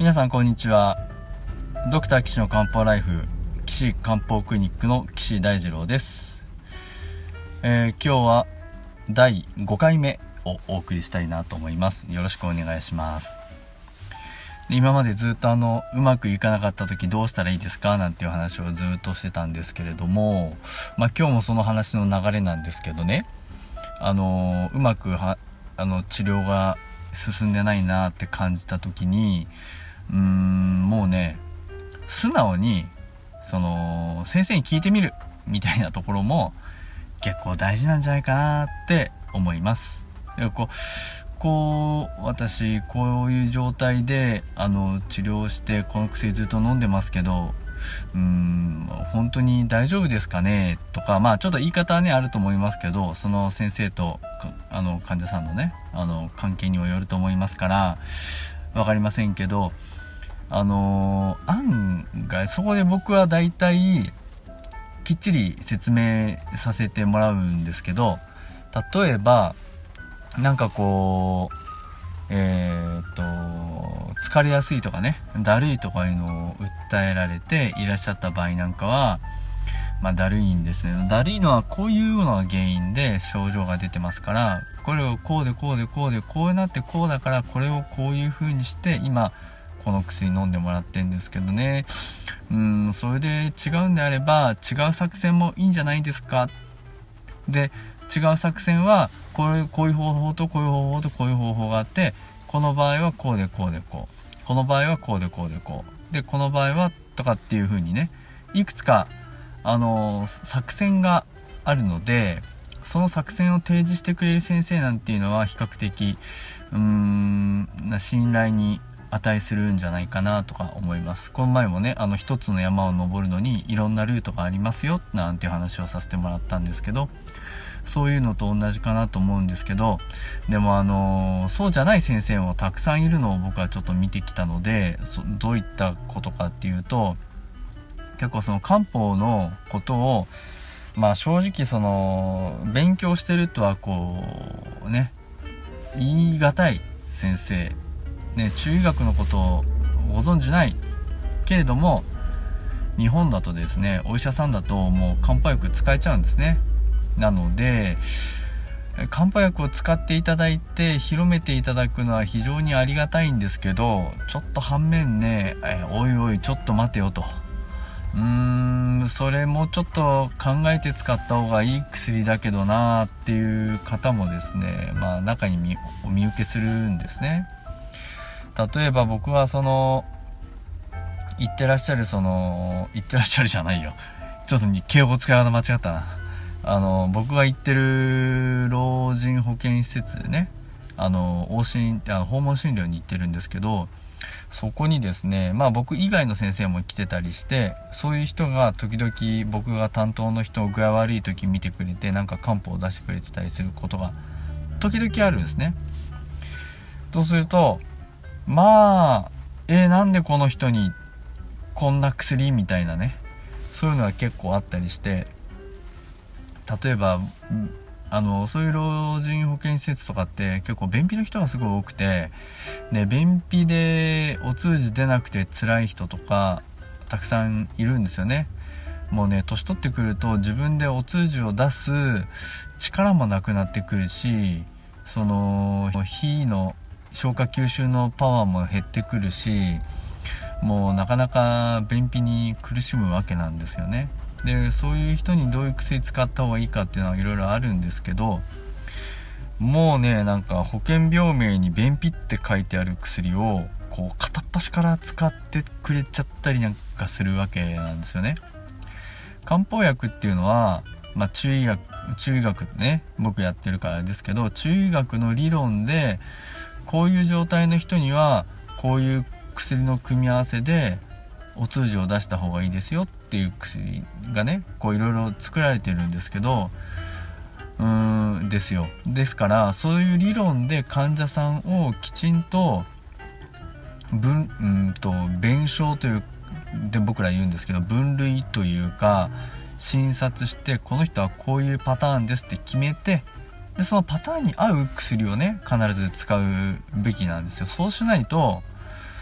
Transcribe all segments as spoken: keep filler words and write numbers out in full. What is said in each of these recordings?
皆さんこんにちは。ドクター岸の漢方ライフ岸漢方クリニックの岸大二郎です。えー、今日はだいごかいめをお送りしたいなと思います。よろしくお願いします。で今までずっとあのうまくいかなかった時どうしたらいいですかなんていう話をずっとしてたんですけれども、まあ今日もその話の流れなんですけどね、あのうまくはあの治療が進んでないなって感じた時にうーんもうね素直にその先生に聞いてみるみたいなところも結構大事なんじゃないかなって思います。でこうこう私こういう状態であの治療してこの薬ずっと飲んでますけどうーん本当に大丈夫ですかねとか、まあちょっと言い方はねあると思いますけど、その先生とあの患者さんのねあの関係にもよると思いますから分かりませんけど、あのー、案外そこで僕はだいたいきっちり説明させてもらうんですけど、例えばなんかこうえー、っと疲れやすいとかねだるいとかいうのを訴えられていらっしゃった場合なんかは、まあだるいんですね。だるいのはこういうのが原因で症状が出てますから、これをこうでこうでこうでこうなってこうだからこれをこういう風にして今この薬飲んでもらってるんですけどね、うーんそれで違うんであれば違う作戦もいいんじゃないですか。で違う作戦はこれこういう方法とこういう方法とこういう方法があって、この場合はこうでこうでこう、この場合はこうでこうでこうで、この場合はとかっていう風にね、いくつかあのー、作戦があるので、その作戦を提示してくれる先生なんていうのは比較的うーんな信頼に値するんじゃないかなとか思います。この前もねあの一つの山を登るのにいろんなルートがありますよなんていう話をさせてもらったんですけど、そういうのと同じかなと思うんですけど、でもあのー、そうじゃない先生もたくさんいるのを僕はちょっと見てきたので、どういったことかっていうと、結構その漢方のことをまあ正直その勉強してるとはこうね言い難い先生ね、中医学のことをご存じないけれども日本だとですねお医者さんだともう漢方薬使えちゃうんですね。なので漢方薬を使っていただいて広めていただくのは非常にありがたいんですけど、ちょっと反面ねえおいおいちょっと待てよと、うーんそれもうちょっと考えて使った方がいい薬だけどなーっていう方もですねまあ中に 見, お見受けするんですね。例えば僕はその言ってらっしゃるその言ってらっしゃるじゃないよちょっと敬語使い方間違ったな。あの僕が行ってる老人保健施設でねあの往診あの訪問診療に行ってるんですけど、そこにですねまあ僕以外の先生も来てたりして、そういう人が時々僕が担当の人を具合悪い時見てくれてなんか漢方を出してくれてたりすることが時々あるんですね。とするとまあえー、なんでこの人にこんな薬みたいなね、そういうのが結構あったりして、例えばあのそういう老人保健施設とかって結構便秘の人がすごい多くて、で便秘でお通じ出なくて辛い人とかたくさんいるんですよね。もうね年取ってくると自分でお通じを出す力もなくなってくるし、その火の消化吸収のパワーも減ってくるし、もうなかなか便秘に苦しむわけなんですよね。でそういう人にどういう薬使った方がいいかっていうのはいろいろあるんですけど、もうねなんか保険病名に便秘って書いてある薬をこう片っ端から使ってくれちゃったりなんかするわけなんですよね。漢方薬っていうのはまあ中医学中医学ね僕やってるからですけど、中医学の理論でこういう状態の人にはこういう薬の組み合わせでお通じを出した方がいいですよっていう薬がねこういろいろ作られてるんですけど、うーんですよ。ですからそういう理論で患者さんをきちんと分うんと弁証というで僕ら言うんですけど分類というか診察して、この人はこういうパターンですって決めて、でそのパターンに合う薬をね必ず使うべきなんですよ。そうしないと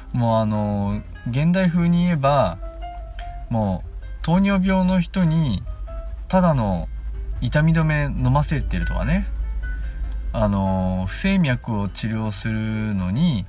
もうあの現代風に言えば、もう糖尿病の人にただの痛み止め飲ませてるとかね、あの不整脈を治療するのに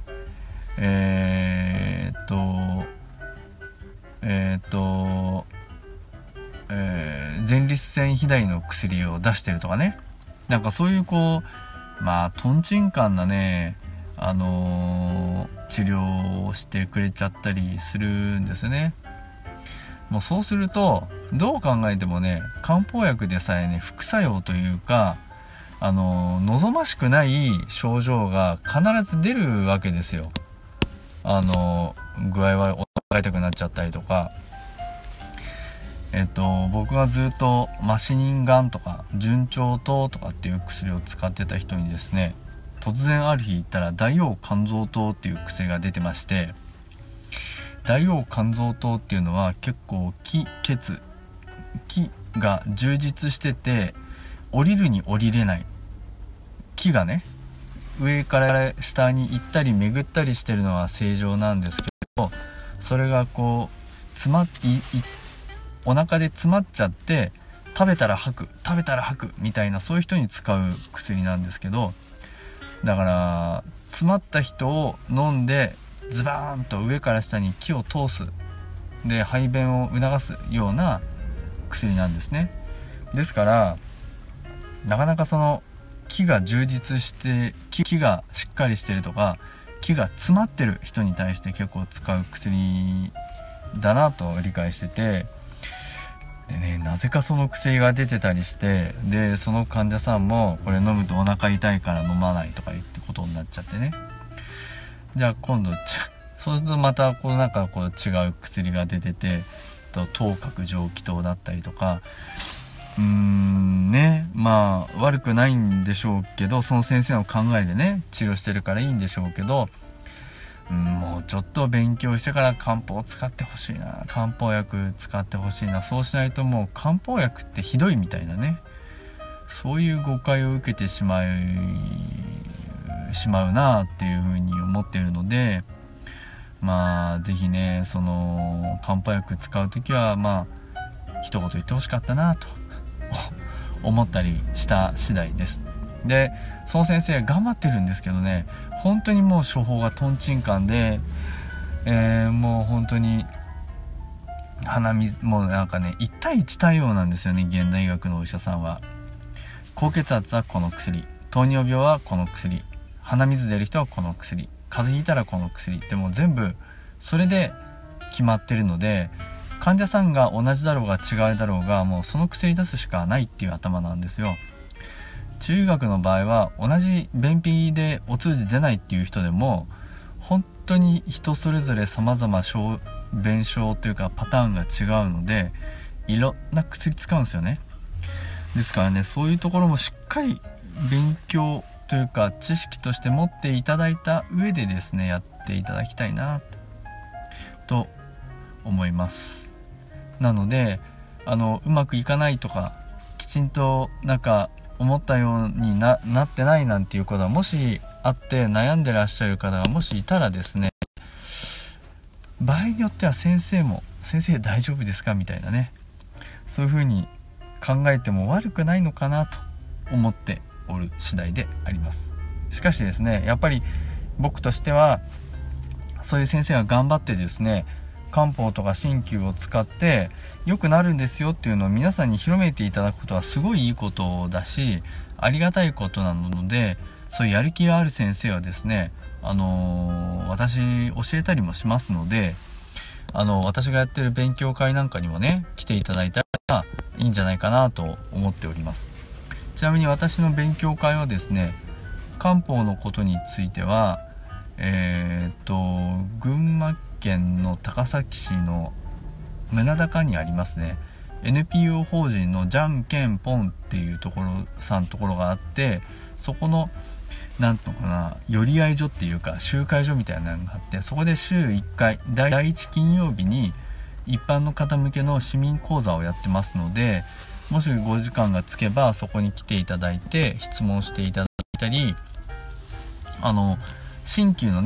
えー、っとえー、っと、えー、前立腺肥大の薬を出してるとかね、なんかそういうこうまあとんちんかんなね、あのー、治療をしてくれちゃったりするんですね。もうそうするとどう考えてもね、漢方薬でさえね副作用というか、あのー、望ましくない症状が必ず出るわけですよ。あのー、具合はお腹痛くなっちゃったりとか、えっと僕がずっとマシニンガンとか順調糖とかっていう薬を使ってた人にですね、突然ある日言ったら大王甘草糖っていう薬が出てまして、大王甘草糖っていうのは結構気血気が充実してて、降りるに降りれない気がね、上から下に行ったり巡ったりしてるのは正常なんですけど、それがこう詰まっいいお腹で詰まっちゃって、食べたら吐く食べたら吐くみたいな、そういう人に使う薬なんですけど、だから詰まった人を飲んでズバーンと上から下に気を通す、で排便を促すような薬なんですね。ですからなかなかその気が充実して気気がしっかりしてるとか気が詰まってる人に対して結構使う薬だなと理解してて、でね、なぜかその薬が出てたりして、でその患者さんもこれ飲むとお腹痛いから飲まないとか言ってことになっちゃってね、じゃあ今度そうするとまたこうなんかこう違う薬が出てて、頭角上気糖だったりとか、うーんね、まあ悪くないんでしょうけど、その先生の考えでね治療してるからいいんでしょうけど、うん、もうちょっと勉強してから漢方を使ってほしいな、漢方薬使ってほしいな、そうしないともう漢方薬ってひどいみたいなね、そういう誤解を受けてしまいしまうなっていうふうに思っているので、まあぜひね、その漢方薬使うときはまあ一言言ってほしかったなと思ったりした次第です。でその先生頑張ってるんですけどね、本当にもう処方がとんちんかんで、えー、もう本当に鼻水もうなんかねいち対いち対応なんですよね、現代医学のお医者さんは。高血圧はこの薬、糖尿病はこの薬、鼻水出る人はこの薬、風邪ひいたらこの薬ってもう全部それで決まってるので、患者さんが同じだろうが違うだろうがもうその薬出すしかないっていう頭なんですよ。中学の場合は同じ便秘でお通じ出ないっていう人でも本当に人それぞれ様々小便症というかパターンが違うので、いろんな薬使うんですよね。ですからね、そういうところもしっかり勉強というか知識として持っていただいた上でですねやっていただきたいなと思います。なのであのうまくいかないとかきちんとなんか思ったように な, なってないなんていうことはもしあって悩んでらっしゃる方がもしいたらですね、場合によっては先生も先生大丈夫ですかみたいなね、そういう風に考えても悪くないのかなと思っておる次第であります。しかしですね、やっぱり僕としてはそういう先生が頑張ってですね漢方とか鍼灸を使って良くなるんですよっていうのを皆さんに広めていただくことはすごいいいことだしありがたいことなので、そういうやる気がある先生はですね、あのー、私教えたりもしますので、あの私がやってる勉強会なんかにもね来ていただいたらいいんじゃないかなと思っております。ちなみに私の勉強会はですね、漢方のことについてはえー、っと群馬県の高崎市の宗高にありますね エヌピーオー 法人のじゃんけんぽんっていうところさんところがあって、そこのなんとかな寄り合い所っていうか集会所みたいなのがあって、そこで週いっかいだいいち金曜日に一般の方向けの市民講座をやってますので、もしご時間がつけばそこに来ていただいて質問していただいたり、あの鍼灸のね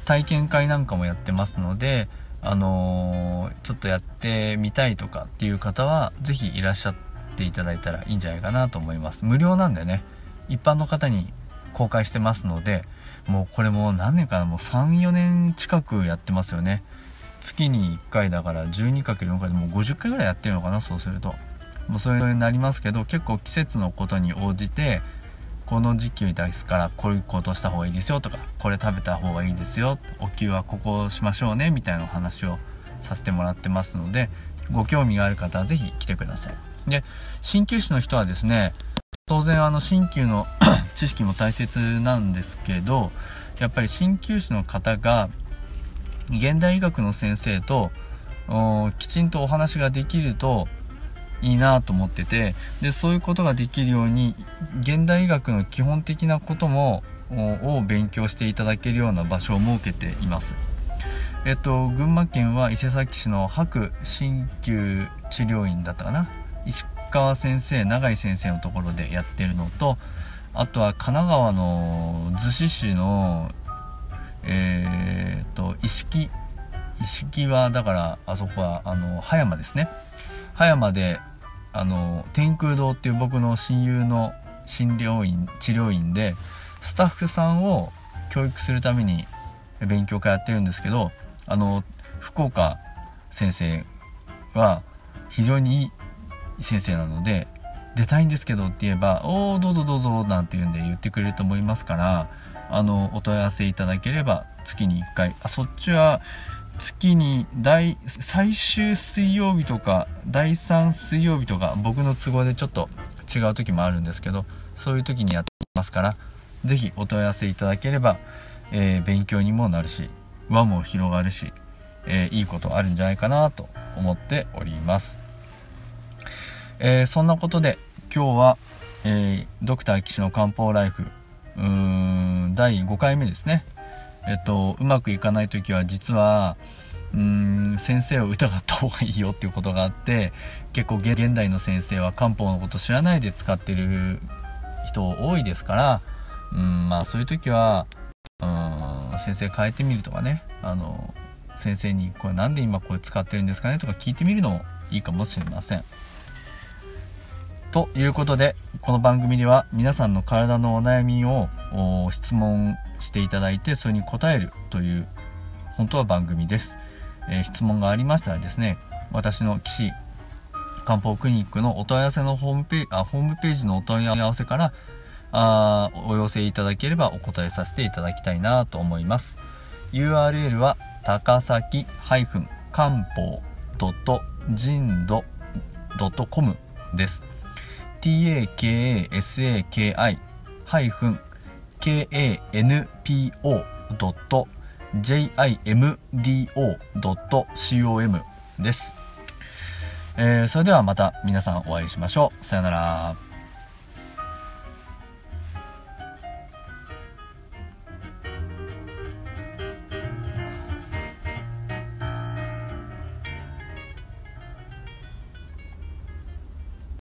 体験会なんかもやってますので、あのー、ちょっとやってみたいとかっていう方はぜひいらっしゃっていただいたらいいんじゃないかなと思います。無料なんでね、一般の方に公開してますので、もうこれもう何年かな、もうさん、よねん近くやってますよね。月にいっかいだから じゅうにかけるよん 回でもうごじゅっかいぐらいやってるのかな。そうするともうそれになりますけど、結構季節のことに応じて、この時期ですからこういうことした方がいいですよとか、これ食べた方がいいですよ、お灸はここをしましょうねみたいなお話をさせてもらってますので、ご興味がある方はぜひ来てください。で、鍼灸師の人はですね、当然あの鍼灸の知識も大切なんですけど、やっぱり鍼灸師の方が現代医学の先生ときちんとお話ができるといいなと思ってて、でそういうことができるように現代医学の基本的なこともを勉強していただけるような場所を設けています。えっと群馬県は伊勢崎市の白鍼灸治療院だったかな、石川先生、永井先生のところでやってるのと、あとは神奈川の逗子市のえー、っと石木石木はだからあそこはあの葉山ですね。葉山であの天空堂っていう僕の親友の診療院治療院でスタッフさんを教育するために勉強会やってるんですけど、あの福岡先生は非常にいい先生なので、出たいんですけどって言えば、おーどうぞどうぞなんて言うんで言ってくれると思いますから、あのお問い合わせいただければ月にいっかい、あそっちは月に第最終水曜日とかだいさん水曜日とか、僕の都合でちょっと違う時もあるんですけど、そういう時にやっていますから、ぜひお問い合わせいただければ、えー、勉強にもなるし輪も広がるし、えー、いいことあるんじゃないかなと思っております。えー、そんなことで今日は、えー、ドクター岸の漢方ライフうーんだいごかいめですね。えっとうまくいかない時は実はうーん先生を疑った方がいいよっていうことがあって、結構現代の先生は漢方のこと知らないで使ってる人多いですから、うんまあそういう時はうん先生変えてみるとかね、あの先生にこれなんで今これ使ってるんですかねとか聞いてみるのもいいかもしれません。ということで、この番組では皆さんの体のお悩みを質問していただいて、それに答えるという本当は番組です。えー、質問がありましたらですね、私の岸漢方クリニックのお問い合わせのホームページ、あホームページのお問い合わせからあお寄せいただければお答えさせていただきたいなと思います。 ユーアールエル は高崎漢方 .jindo ドットコム です。 タカサキ ハイフン カンポ ドット ジンド ドット コム です。えー、それではまた皆さんお会いしましょう。さよなら。